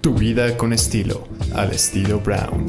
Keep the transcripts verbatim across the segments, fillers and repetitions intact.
Tu vida con estilo, al estilo Brown.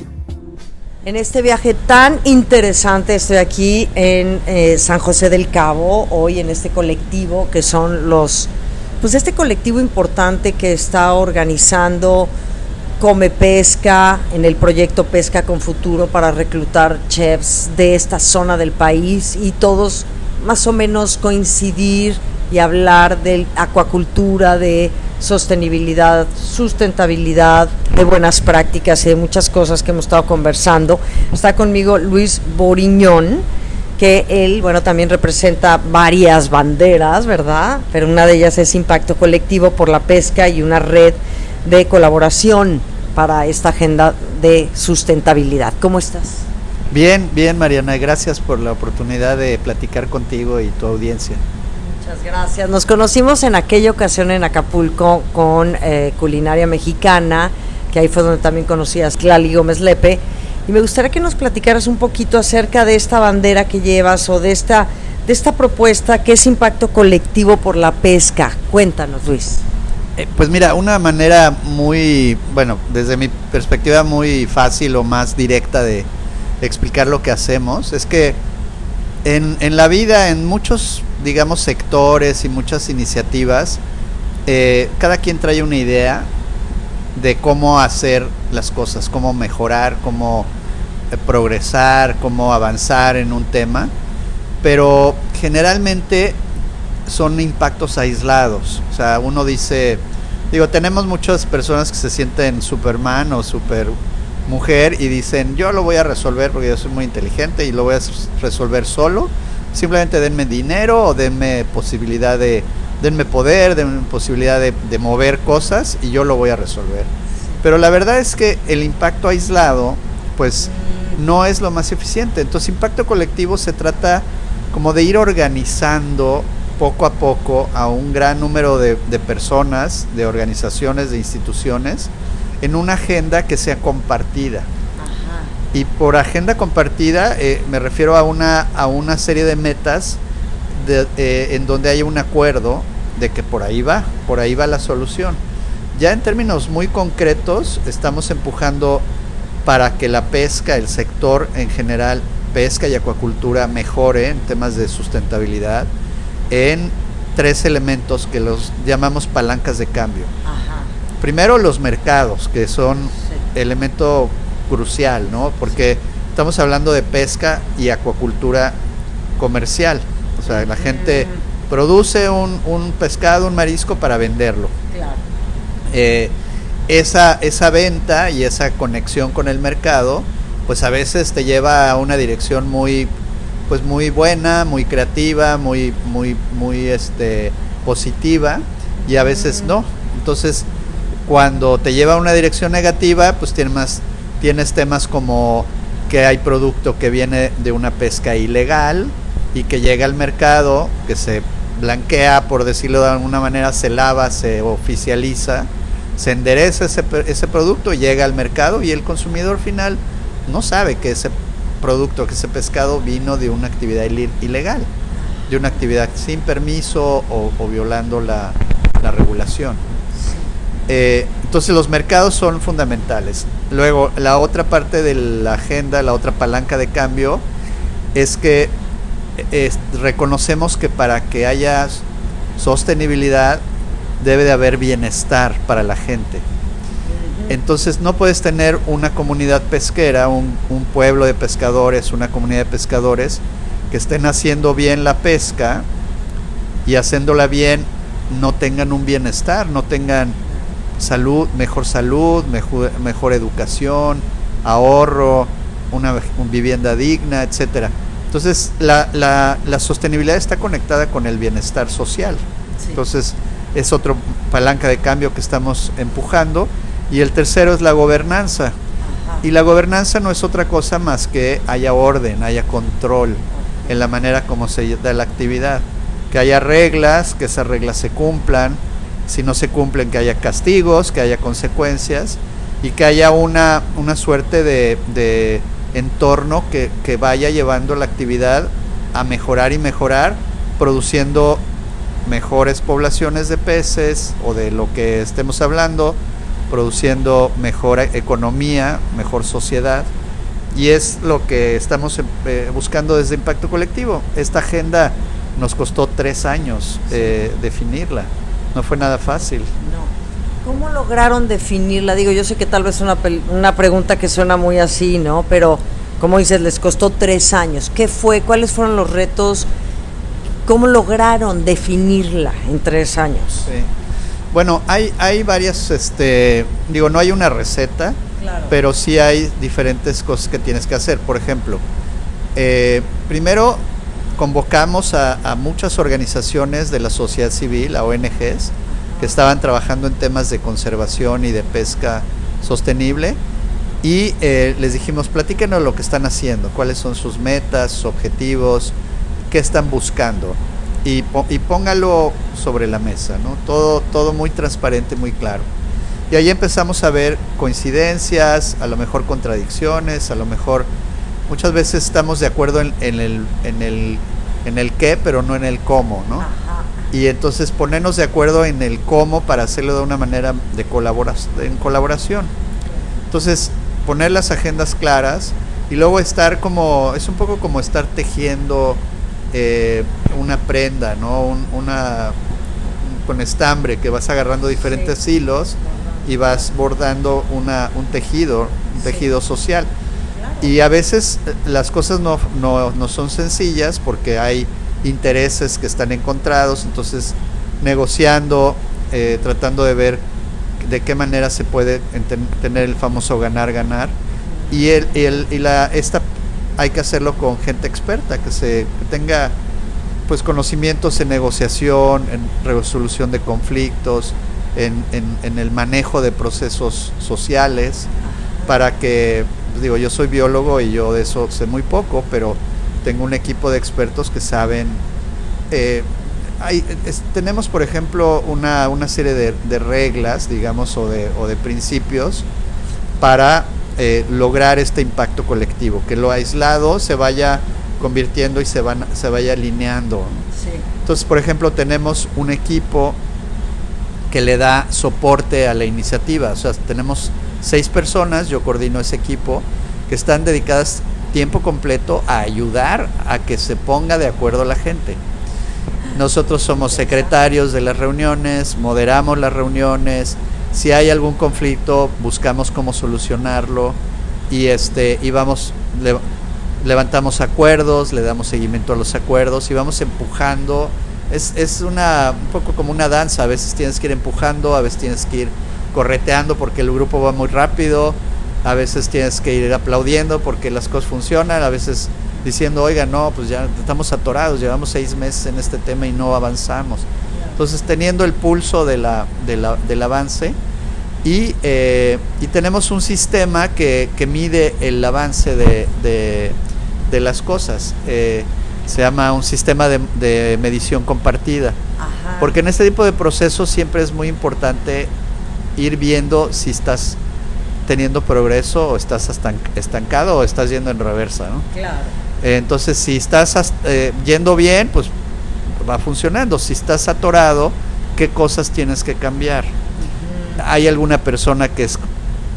En este viaje tan interesante estoy aquí en eh, San José del Cabo, hoy en este colectivo que son los, pues este colectivo importante que está organizando Come Pesca en el proyecto Pesca con Futuro para reclutar chefs de esta zona del país y todos más o menos coincidir y hablar de acuacultura, de sostenibilidad, sustentabilidad, de buenas prácticas y de muchas cosas que hemos estado conversando. Está conmigo Luis Boriñón, que él, bueno, también representa varias banderas, ¿verdad? Pero una de ellas es Impacto Colectivo por la Pesca y una red de colaboración para esta agenda de sustentabilidad. ¿Cómo estás? Bien, bien, Mariana, gracias por la oportunidad de platicar contigo y tu audiencia. Muchas gracias. Nos conocimos en aquella ocasión en Acapulco con eh, Culinaria Mexicana, que ahí fue donde también conocías Lali Gómez Lepe, y me gustaría que nos platicaras un poquito acerca de esta bandera que llevas o de esta, de esta propuesta que es Impacto Colectivo por la Pesca. Cuéntanos, Luis. Eh, pues mira, una manera muy, bueno, desde mi perspectiva muy fácil o más directa de explicar lo que hacemos, es que en, en la vida, en muchos, digamos, sectores y muchas iniciativas, eh, cada quien trae una idea de cómo hacer las cosas, cómo mejorar, cómo eh, progresar, cómo avanzar en un tema, pero generalmente son impactos aislados. O sea, uno dice, digo, tenemos muchas personas que se sienten Superman o super mujer y dicen, yo lo voy a resolver porque yo soy muy inteligente y lo voy a resolver solo, simplemente denme dinero o denme posibilidad de, denme poder, denme posibilidad de, de mover cosas y yo lo voy a resolver. Pero la verdad es que el impacto aislado pues no es lo más eficiente. Entonces impacto colectivo se trata como de ir organizando poco a poco a un gran número de, de personas, de organizaciones, de instituciones, en una agenda que sea compartida. Ajá. Y por agenda compartida eh, me refiero a una, a una serie de metas de, eh, en donde haya un acuerdo de que por ahí va, por ahí va la solución. Ya en términos muy concretos estamos empujando para que la pesca, el sector en general, pesca y acuacultura mejore en temas de sustentabilidad en tres elementos que los llamamos palancas de cambio. Ajá. Primero, los mercados, que son sí. elemento crucial, ¿no? Porque estamos hablando de pesca y acuacultura comercial. O sea, la gente mm. produce un, un pescado, un marisco para venderlo. Claro. Eh, esa, esa venta y esa conexión con el mercado, pues a veces te lleva a una dirección muy, pues muy buena, muy creativa, muy, muy, muy este, positiva, y a veces mm. no. Entonces, cuando te lleva a una dirección negativa, pues tienes más, tienes temas como que hay producto que viene de una pesca ilegal y que llega al mercado, que se blanquea, por decirlo de alguna manera, se lava, se oficializa, se endereza ese, ese producto y llega al mercado, y el consumidor final no sabe que ese producto, que ese pescado vino de una actividad ilegal, de una actividad sin permiso o, o violando la, la regulación. Eh, entonces los mercados son fundamentales. Luego la otra parte de la agenda, la otra palanca de cambio es que eh, reconocemos que para que haya sostenibilidad debe de haber bienestar para la gente. Entonces no puedes tener una comunidad pesquera, un, un pueblo de pescadores, una comunidad de pescadores que estén haciendo bien la pesca y haciéndola bien no tengan un bienestar, no tengan salud, mejor salud, mejor, mejor educación, ahorro, una, una vivienda digna, etcétera. Entonces la, la, la sostenibilidad está conectada con el bienestar social. Sí. Entonces es otra palanca de cambio que estamos empujando. Y el tercero es la gobernanza. Ajá. Y la gobernanza no es otra cosa más que haya orden, haya control okay. en la manera como se da la actividad, que haya reglas, que esas reglas se cumplan. Si no se cumplen, que haya castigos, que haya consecuencias y que haya una, una suerte de, de entorno que, que vaya llevando la actividad a mejorar y mejorar, produciendo mejores poblaciones de peces o de lo que estemos hablando, produciendo mejor economía, mejor sociedad, y es lo que estamos eh, buscando desde Impacto Colectivo. Esta agenda nos costó tres años eh, definirla, no fue nada fácil. No. ¿Cómo lograron definirla? Digo, yo sé que tal vez es una, una pregunta que suena muy así, ¿no? Pero, como dices, les costó tres años. ¿Qué fue? ¿Cuáles fueron los retos? ¿Cómo lograron definirla en tres años? Sí. Bueno, hay, hay varias, este, digo, no hay una receta, claro, pero sí hay diferentes cosas que tienes que hacer. Por ejemplo, eh, primero convocamos a, a muchas organizaciones de la sociedad civil, a O N Ges, que estaban trabajando en temas de conservación y de pesca sostenible, y eh, les dijimos, platíquenos lo que están haciendo, cuáles son sus metas, sus objetivos, qué están buscando, y, y póngalo sobre la mesa, ¿no? Todo, todo muy transparente, muy claro. Y ahí empezamos a ver coincidencias, a lo mejor contradicciones, a lo mejor muchas veces estamos de acuerdo en, en, el, en, el, en el qué, pero no en el cómo, ¿no? Ajá. Y entonces ponernos de acuerdo en el cómo para hacerlo de una manera de colabora, en colaboración. Entonces, poner las agendas claras y luego estar como, es un poco como estar tejiendo eh, una prenda, ¿no? Un, una, un, con estambre, que vas agarrando diferentes sí. hilos y vas bordando una, un tejido, un sí. tejido social. Y a veces las cosas no, no, no son sencillas porque hay intereses que están encontrados, entonces negociando, eh, tratando de ver de qué manera se puede enten- tener el famoso ganar-ganar, y, el, el, y la, esta hay que hacerlo con gente experta, que, se, que tenga pues conocimientos en negociación, en resolución de conflictos, en, en, en el manejo de procesos sociales, para que, digo, yo soy biólogo y yo de eso sé muy poco, pero tengo un equipo de expertos que saben. Eh, hay, es, tenemos, por ejemplo, una, una serie de, de reglas, digamos, o de, o de principios para eh, lograr este impacto colectivo, que lo aislado se vaya convirtiendo y se, van, se vaya alineando. Sí. Entonces, por ejemplo, tenemos un equipo que le da soporte a la iniciativa, o sea, tenemos seis personas, yo coordino ese equipo, que están dedicadas tiempo completo a ayudar a que se ponga de acuerdo la gente. Nosotros somos secretarios de las reuniones, moderamos las reuniones, si hay algún conflicto buscamos cómo solucionarlo, y este y vamos le, levantamos acuerdos, le damos seguimiento a los acuerdos y vamos empujando. Es, es una un poco como una danza, a veces tienes que ir empujando, a veces tienes que ir correteando porque el grupo va muy rápido, a veces tienes que ir aplaudiendo porque las cosas funcionan, a veces diciendo, oiga, no, pues ya estamos atorados, llevamos seis meses en este tema y no avanzamos. Entonces, teniendo el pulso de la, de la, del avance, y, eh, y tenemos un sistema que, que mide el avance de, de, de las cosas. Eh, se llama un sistema de, de medición compartida. Ajá. Porque en este tipo de procesos siempre es muy importante ir viendo si estás teniendo progreso o estás estancado o estás yendo en reversa, ¿no? Claro. Eh, entonces, si estás eh, yendo bien, pues va funcionando. Si estás atorado, ¿qué cosas tienes que cambiar? Uh-huh. ¿Hay alguna persona que es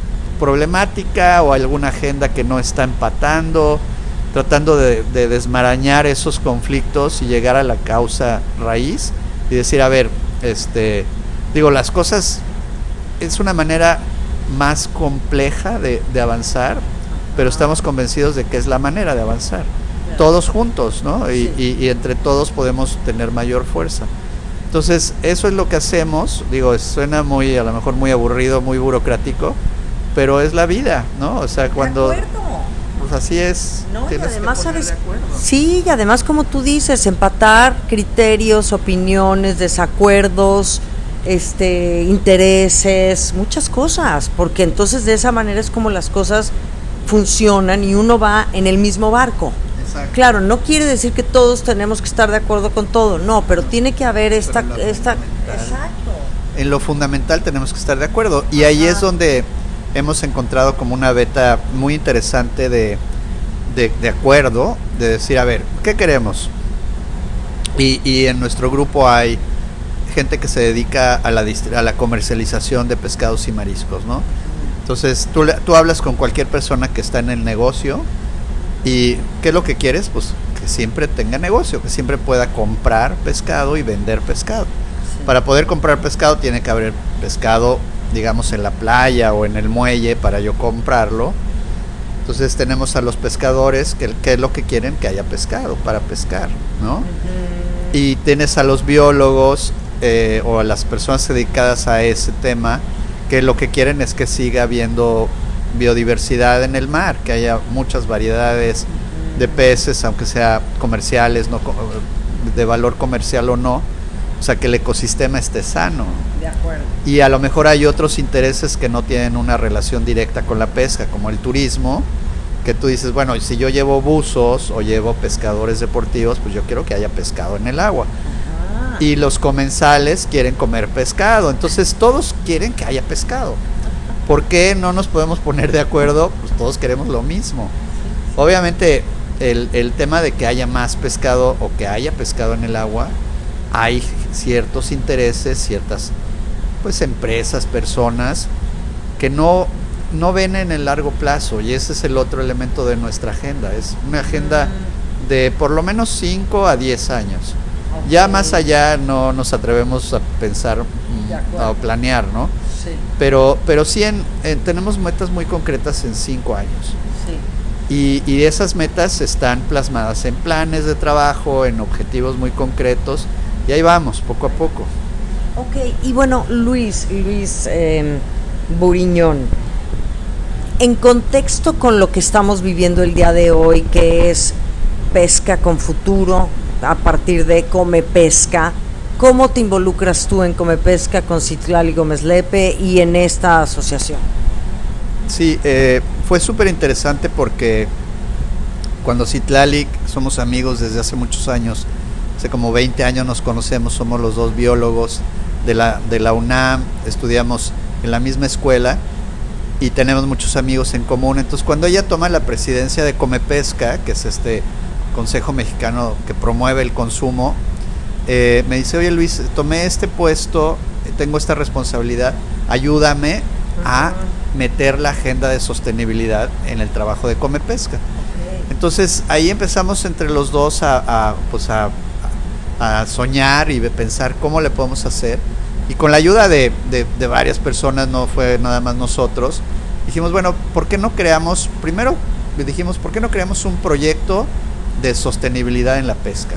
problemática o alguna agenda que no está empatando? Tratando de, de desmarañar esos conflictos y llegar a la causa raíz y decir, a ver, este, digo, las cosas es una manera más compleja de, de avanzar, pero estamos convencidos de que es la manera de avanzar, todos juntos, ¿no? Y, y, y entre todos podemos tener mayor fuerza. Entonces, eso es lo que hacemos. Digo, suena muy, a lo mejor muy aburrido, muy burocrático, pero es la vida, ¿no? O sea, cuando... Pues así es. No, y además, ¿sabes? Sí, y además, como tú dices, empatar criterios, opiniones, desacuerdos, este, intereses, muchas cosas, porque entonces de esa manera es como las cosas funcionan y uno va en el mismo barco. Exacto. Claro, no quiere decir que todos tenemos que estar de acuerdo con todo, no, pero no, tiene que haber esta, esta, exacto. En lo fundamental tenemos que estar de acuerdo, y ahí Ajá. es donde hemos encontrado como una beta muy interesante de, de, de acuerdo, de decir, a ver, ¿qué queremos? Y, y en nuestro grupo hay gente que se dedica a la, a la comercialización de pescados y mariscos, ¿no? Entonces tú, tú hablas con cualquier persona que está en el negocio y ¿qué es lo que quieres? Pues que siempre tenga negocio, que siempre pueda comprar pescado y vender pescado. Sí. Para poder comprar pescado tiene que haber pescado, digamos, en la playa o en el muelle para yo comprarlo. Entonces tenemos a los pescadores que, que es lo que quieren, que haya pescado para pescar, ¿no? Uh-huh. Y tienes a los biólogos eh, o a las personas dedicadas a ese tema que lo que quieren es que siga habiendo biodiversidad en el mar, que haya muchas variedades uh-huh. de peces, aunque sea comerciales, no de valor comercial o no, o sea, que el ecosistema esté sano. De acuerdo. Y a lo mejor hay otros intereses que no tienen una relación directa con la pesca, como el turismo, que tú dices, bueno, si yo llevo buzos o llevo pescadores deportivos, pues yo quiero que haya pescado en el agua. Ajá. Y los comensales quieren comer pescado, entonces todos quieren que haya pescado. ¿Por qué no nos podemos poner de acuerdo? Pues todos queremos lo mismo. Obviamente el, el tema de que haya más pescado o que haya pescado en el agua, hay ciertos intereses, ciertas pues empresas, personas que no, no ven en el largo plazo, y ese es el otro elemento de nuestra agenda. Es una agenda de por lo menos cinco a diez años. Okay. Ya más allá no nos atrevemos a pensar o planear, ¿no? Sí. Pero, pero sí en, en, tenemos metas muy concretas en cinco años. Sí. Y, y esas metas están plasmadas en planes de trabajo, en objetivos muy concretos, y ahí vamos, poco a poco. Ok, y bueno, Luis, Luis eh, Buriñón, en contexto con lo que estamos viviendo el día de hoy, que es pesca con futuro, a partir de Come Pesca, ¿cómo te involucras tú en Come Pesca con Citlali Gómez Lepe y en esta asociación? Sí, eh, fue súper interesante porque cuando Citlali, somos amigos desde hace muchos años, hace como veinte años nos conocemos, somos los dos biólogos de la, de la UNAM, estudiamos en la misma escuela y tenemos muchos amigos en común. Entonces cuando ella toma la presidencia de Come Pesca, que es este consejo mexicano que promueve el consumo, eh, me dice, oye Luis, tomé este puesto, tengo esta responsabilidad, ayúdame uh-huh. a meter la agenda de sostenibilidad en el trabajo de Come Pesca. Okay. Entonces ahí empezamos entre los dos a, a pues a a soñar y pensar cómo le podemos hacer, y con la ayuda de, de, de varias personas, no fue nada más nosotros, dijimos, bueno, ¿por qué no creamos, primero dijimos, ¿por qué no creamos un proyecto de sostenibilidad en la pesca?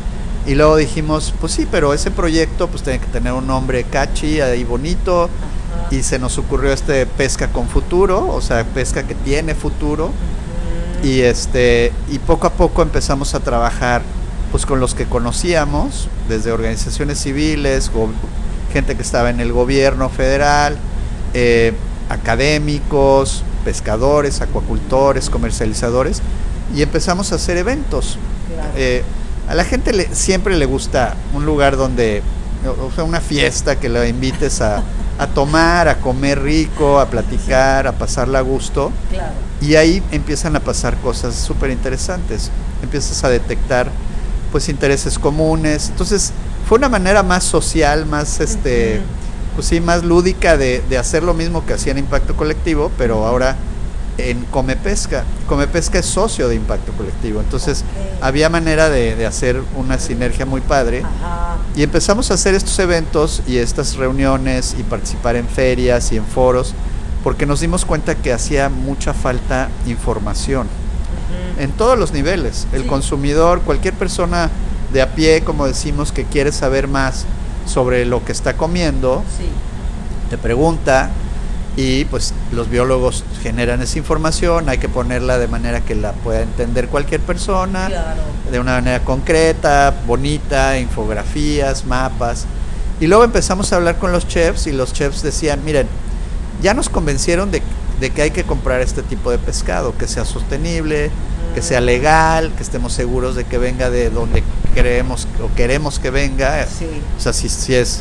Y luego dijimos, pues sí, pero ese proyecto pues tiene que tener un nombre catchy y bonito. Ajá. Y se nos ocurrió este Pesca con Futuro, o sea, pesca que tiene futuro. Ajá. Y este y poco a poco empezamos a trabajar pues con los que conocíamos, desde organizaciones civiles, go- gente que estaba en el gobierno federal, eh, académicos, pescadores, acuacultores, comercializadores, y empezamos a hacer eventos. Claro. Eh, a la gente le, siempre le gusta un lugar donde, o sea, una fiesta que la invites a, a tomar, a comer rico, a platicar, a pasarla a gusto. Claro. Y ahí empiezan a pasar cosas súper interesantes. Empiezas a detectar pues intereses comunes. Entonces fue una manera más social, más este, uh-huh. pues sí, más lúdica de, de hacer lo mismo que hacía en Impacto Colectivo, pero ahora en Come Pesca. Come Pesca es socio de Impacto Colectivo, entonces okay. había manera de, de hacer una sinergia muy padre. Ajá. Y empezamos a hacer estos eventos y estas reuniones y participar en ferias y en foros, porque nos dimos cuenta que hacía mucha falta información. En todos los niveles, el sí. consumidor, cualquier persona de a pie, como decimos, que quiere saber más sobre lo que está comiendo, sí. te pregunta, y pues los biólogos generan esa información, hay que ponerla de manera que la pueda entender cualquier persona, claro. de una manera concreta, bonita, infografías, mapas. Y luego empezamos a hablar con los chefs, y los chefs decían, miren, ya nos convencieron de, de que hay que comprar este tipo de pescado, que sea sostenible, que sea legal, que estemos seguros de que venga de donde creemos o queremos que venga. Sí. O sea, si, si es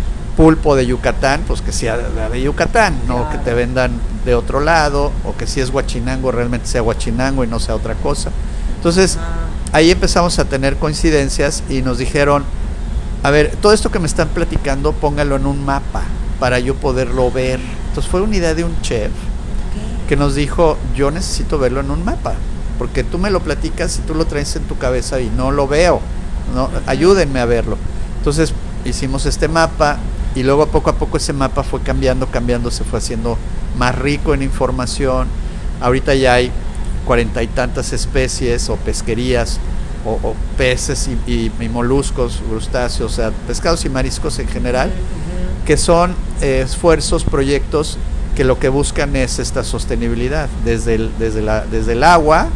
pulpo de Yucatán, pues que sea de, de Yucatán, no claro. que te vendan de otro lado, o que si es guachinango realmente sea guachinango y no sea otra cosa. Entonces, ah. ahí empezamos a tener coincidencias y nos dijeron, a ver, todo esto que me están platicando, póngalo en un mapa para yo poderlo ver. Entonces fue una idea de un chef okay. que nos dijo, yo necesito verlo en un mapa, porque tú me lo platicas y tú lo traes en tu cabeza y no lo veo, no, uh-huh. ayúdenme a verlo. Entonces hicimos este mapa y luego poco a poco ese mapa fue cambiando, cambiando, se fue haciendo más rico en información. Ahorita ya hay cuarenta y tantas especies o pesquerías o, o peces y, y, y moluscos, crustáceos, o sea, pescados y mariscos en general, uh-huh. que son eh, esfuerzos, proyectos que lo que buscan es esta sostenibilidad desde el, desde la, desde el agua,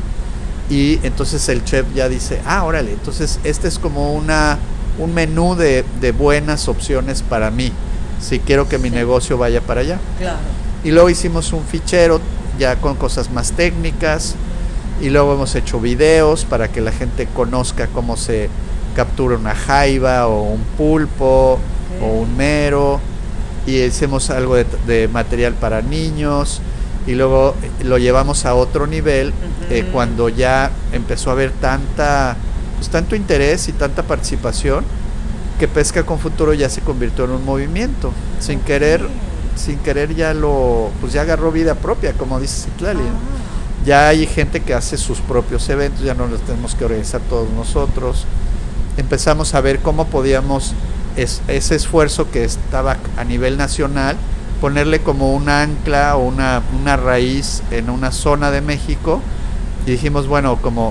y entonces el chef ya dice, ah, órale, entonces este es como una un menú de, de buenas opciones para mí, si quiero que mi sí. negocio vaya para allá. Claro. Y luego hicimos un fichero ya con cosas más técnicas, y luego hemos hecho videos para que la gente conozca cómo se captura una jaiba o un pulpo okay. o un mero, y hicimos algo de, de material para niños, y luego lo llevamos a otro nivel uh-huh. eh, cuando ya empezó a haber tanta pues tanto interés y tanta participación que Pesca con Futuro ya se convirtió en un movimiento, sin okay. querer sin querer ya lo pues ya agarró vida propia, como dice Citlali. Ah. Ya hay gente que hace sus propios eventos, ya no los tenemos que organizar todos nosotros. Empezamos a ver cómo podíamos es, ese esfuerzo que estaba a nivel nacional, ponerle como un ancla o una, una raíz en una zona de México, y dijimos, bueno, como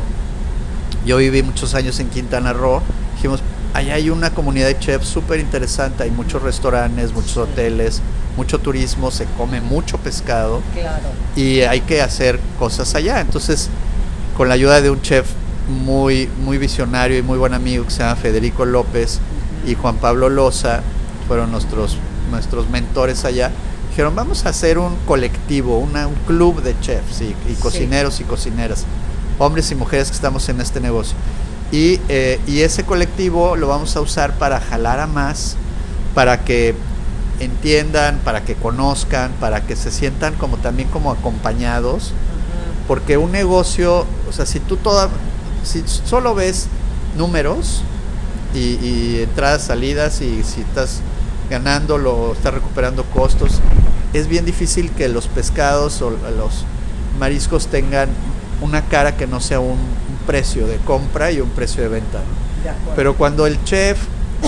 yo viví muchos años en Quintana Roo, dijimos, allá hay una comunidad de chefs súper interesante, hay muchos restaurantes, muchos hoteles, mucho turismo, se come mucho pescado, claro. y hay que hacer cosas allá. Entonces, con la ayuda de un chef muy, muy visionario y muy buen amigo que se llama Federico López uh-huh. y Juan Pablo Loza, fueron nuestros, nuestros mentores allá, dijeron, vamos a hacer un colectivo, una, un club de chefs y, y cocineros sí. y cocineras, hombres y mujeres que estamos en este negocio, y, eh, y ese colectivo lo vamos a usar para jalar a más, para que entiendan, para que conozcan, para que se sientan como también como acompañados, uh-huh. porque un negocio, o sea, si tú toda, si solo ves números y, y entradas, salidas, y si estás ganando, lo estás recuperando costos, es bien difícil que los pescados o los mariscos tengan una cara que no sea un, un precio de compra y un precio de venta, ¿no? De acuerdo. Pero cuando el chef,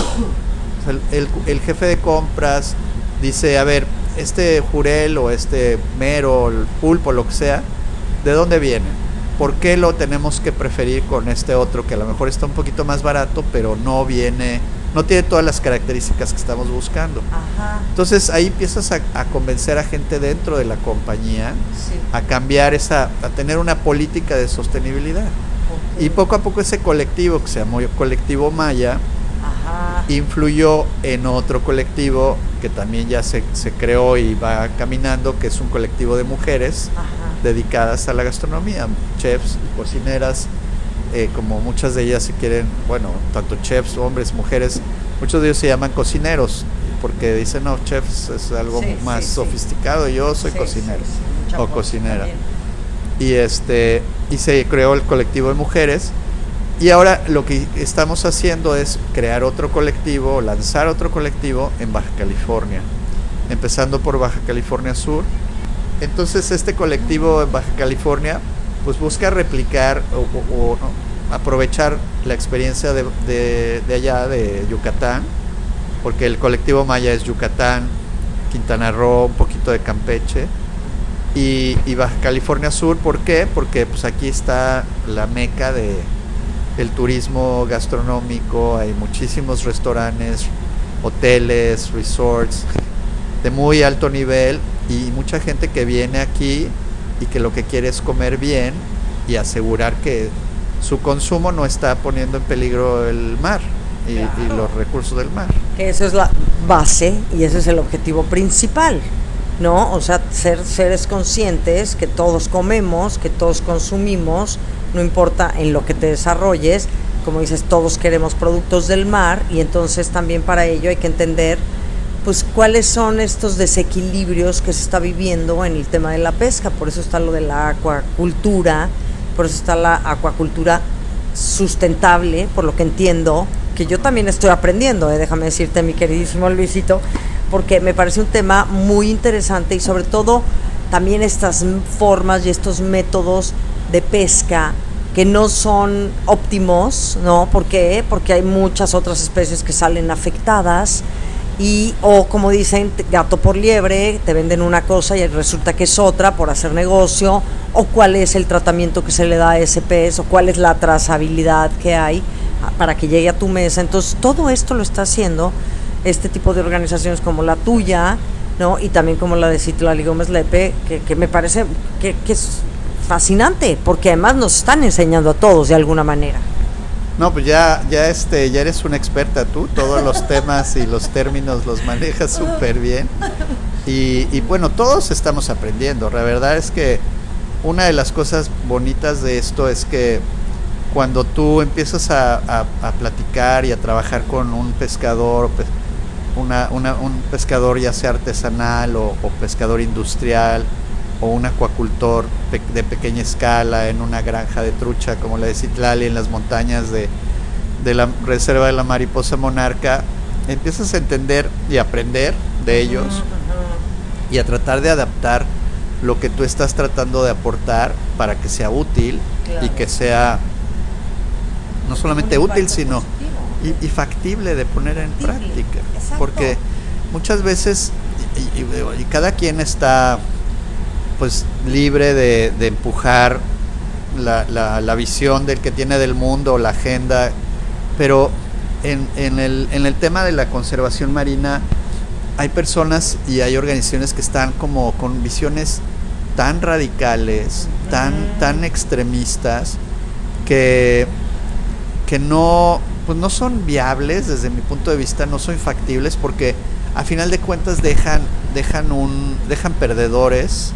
el, el, el jefe de compras dice, a ver, este jurel o este mero, el pulpo, lo que sea, ¿de dónde viene? ¿Por qué lo tenemos que preferir con este otro que a lo mejor está un poquito más barato, pero no viene, no tiene todas las características que estamos buscando? Ajá. Entonces ahí empiezas a, a convencer a gente dentro de la compañía sí. a cambiar esa, a tener una política de sostenibilidad. Okay. Y poco a poco ese colectivo, que se llamó Colectivo Maya, Ajá. influyó en otro colectivo que también ya se, se creó y va caminando, que es un colectivo de mujeres Ajá. dedicadas a la gastronomía, chefs y cocineras, eh, como muchas de ellas se quieren, bueno, tanto chefs, hombres, mujeres, muchos de ellos se llaman cocineros, porque dicen, no, chefs es algo sí, más sí, sofisticado, sí. yo soy sí, cocinero sí, sí. o cocinera. Y este y se creó el colectivo de mujeres, y ahora lo que estamos haciendo es crear otro colectivo, lanzar otro colectivo en Baja California, empezando por Baja California Sur. Entonces este colectivo en Baja California pues busca replicar o, o, o aprovechar la experiencia de, de, de allá, de Yucatán, porque el colectivo Maya es Yucatán, Quintana Roo, un poquito de Campeche, y, y Baja California Sur. ¿Por qué? Porque pues aquí está la meca de el turismo gastronómico, hay muchísimos restaurantes, hoteles, resorts de muy alto nivel, y mucha gente que viene aquí y que lo que quiere es comer bien y asegurar que su consumo no está poniendo en peligro el mar y, claro. y los recursos del mar. Que eso es la base y ese es el objetivo principal, ¿no? O sea, ser seres conscientes que todos comemos, que todos consumimos, no importa en lo que te desarrolles, como dices, todos queremos productos del mar, y entonces también para ello hay que entender pues cuáles son estos desequilibrios que se está viviendo en el tema de la pesca. Por eso está lo de la acuacultura, por eso está la acuacultura sustentable, por lo que entiendo, porque yo también estoy aprendiendo, eh, déjame decirte, mi queridísimo Luisito, porque me parece un tema muy interesante y sobre todo también estas formas y estos métodos de pesca que no son óptimos, ¿no? ¿Por qué? Porque hay muchas otras especies que salen afectadas y, o como dicen, gato por liebre, te venden una cosa y resulta que es otra por hacer negocio, o cuál es el tratamiento que se le da a ese pez, o cuál es la trazabilidad que hay para que llegue a tu mesa. Entonces, todo esto lo está haciendo este tipo de organizaciones como la tuya, ¿no? Y también como la de Citlali Gómez Lepe, que, que me parece que, que es fascinante, porque además nos están enseñando a todos de alguna manera. No, pues ya, ya este, ya eres una experta tú, todos los temas y los términos los manejas súper bien. Y, y bueno, todos estamos aprendiendo. La verdad es que una de las cosas bonitas de esto es que cuando tú empiezas a, a, a platicar y a trabajar con un pescador, una, una, un pescador ya sea artesanal o, o pescador industrial, o un acuacultor pe- de pequeña escala en una granja de trucha como la de Citlali en las montañas de, de la reserva de la mariposa monarca, empiezas a entender y aprender de ellos uh-huh, uh-huh. y a tratar de adaptar lo que tú estás tratando de aportar para que sea útil, claro. Y que sea no solamente útil sino y, y factible de poner en factible. práctica. Exacto. Porque muchas veces y, y, y cada quien está pues libre de, de empujar la, la, la visión del que tiene del mundo, la agenda, pero en, en, el, en el tema de la conservación marina hay personas y hay organizaciones que están como con visiones tan radicales, tan, tan extremistas, que, que no, pues no son viables desde mi punto de vista, no son factibles, porque a final de cuentas dejan, dejan, un, dejan perdedores.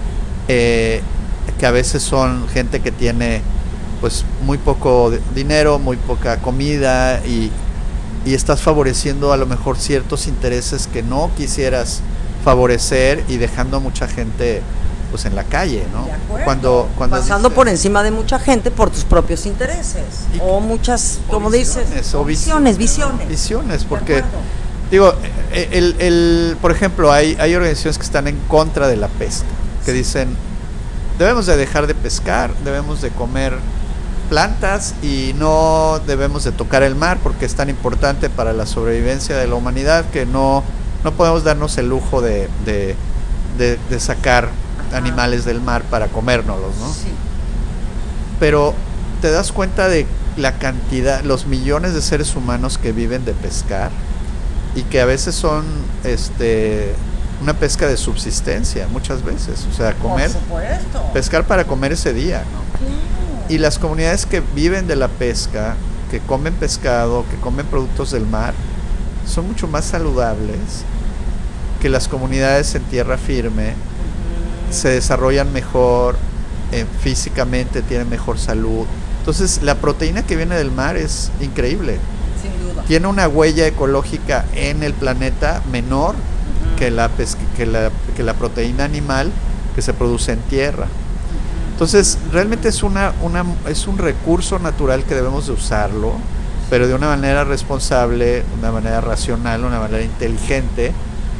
Eh, que a veces son gente que tiene pues muy poco dinero, muy poca comida y, y estás favoreciendo a lo mejor ciertos intereses que no quisieras favorecer y dejando a mucha gente pues en la calle, ¿no? Cuando, cuando pasando dice, por encima de mucha gente por tus propios intereses y, o muchas, o como visiones, dices, o visiones, visiones, visiones, porque digo, el, el, por ejemplo, hay, hay organizaciones que están en contra de la pesca, que dicen debemos de dejar de pescar, debemos de comer plantas y no debemos de tocar el mar porque es tan importante para la sobrevivencia de la humanidad que no, no podemos darnos el lujo de, de, de, de sacar animales del mar para comérnoslos, ¿no? Sí. Pero te das cuenta de la cantidad, los millones de seres humanos que viven de pescar y que a veces son este una pesca de subsistencia muchas veces, o sea, comer, pescar para comer ese día, ¿no? Claro. Y las comunidades que viven de la pesca, que comen pescado, que comen productos del mar, son mucho más saludables que las comunidades en tierra firme, uh-huh. se desarrollan mejor eh, físicamente, tienen mejor salud. Entonces, la proteína que viene del mar es increíble. Sin duda. Tiene una huella ecológica en el planeta menor que la, pesca, que, la, que la proteína animal que se produce en tierra. Entonces realmente es, una, una, es un recurso natural que debemos de usarlo, pero de una manera responsable, una manera racional, una manera inteligente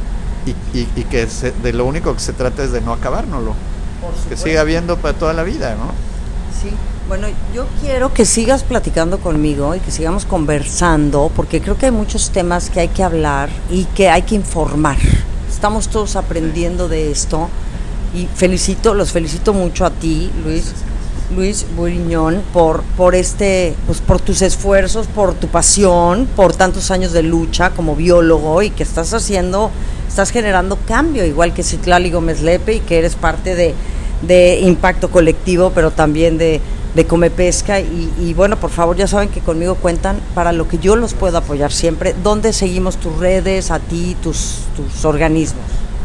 y, y, y que se, de lo único que se trata es de no acabárnoslo, que siga habiendo para toda la vida, ¿no? Sí. Bueno, yo quiero que sigas platicando conmigo y que sigamos conversando, porque creo que hay muchos temas que hay que hablar y que hay que informar. Estamos todos aprendiendo de esto y felicito, los felicito mucho a ti, Luis, Luis Buriñón, por, por este, pues por tus esfuerzos, por tu pasión, por tantos años de lucha como biólogo y que estás haciendo, estás generando cambio, igual que Citlali Gómez Lepe, y que eres parte de, de Impacto Colectivo, pero también de de Come Pesca y, y bueno, por favor, ya saben que conmigo cuentan para lo que yo los puedo apoyar siempre. ¿Dónde seguimos tus redes, a ti, tus, tus organismos?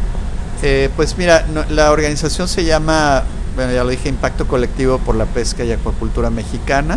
Eh, pues mira, no, la organización se llama, bueno, ya lo dije, Impacto Colectivo por la Pesca y Acuacultura Mexicana.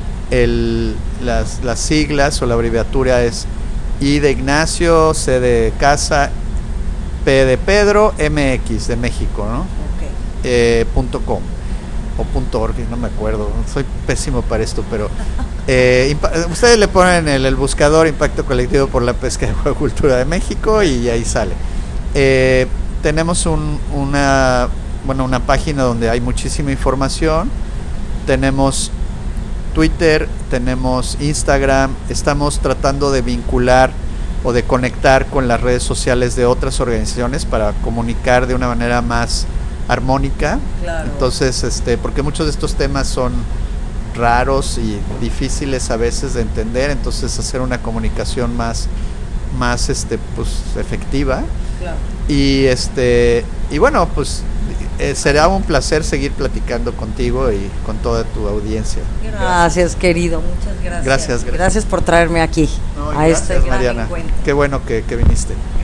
El, las, las siglas o la abreviatura es I de Ignacio, C de Casa, P de Pedro, M X de México, ¿no? Okay. Eh, punto com. o punto .org, no me acuerdo, soy pésimo para esto, pero eh, ustedes le ponen el, el buscador Impacto Colectivo por la Pesca y Acuacultura de México y ahí sale. Eh, tenemos un, una, bueno, una página donde hay muchísima información, tenemos Twitter, tenemos Instagram, estamos tratando de vincular o de conectar con las redes sociales de otras organizaciones para comunicar de una manera más armónica. Claro. Entonces, este, porque muchos de estos temas son raros y difíciles a veces de entender, entonces hacer una comunicación más, más este, pues, efectiva. Claro. Y este, y bueno, pues eh, será un placer seguir platicando contigo y con toda tu audiencia. Gracias, querido, muchas gracias. Gracias, gracias. Gracias por traerme aquí no, a gracias, este gran Mariana. encuentro. Qué bueno que, que viniste.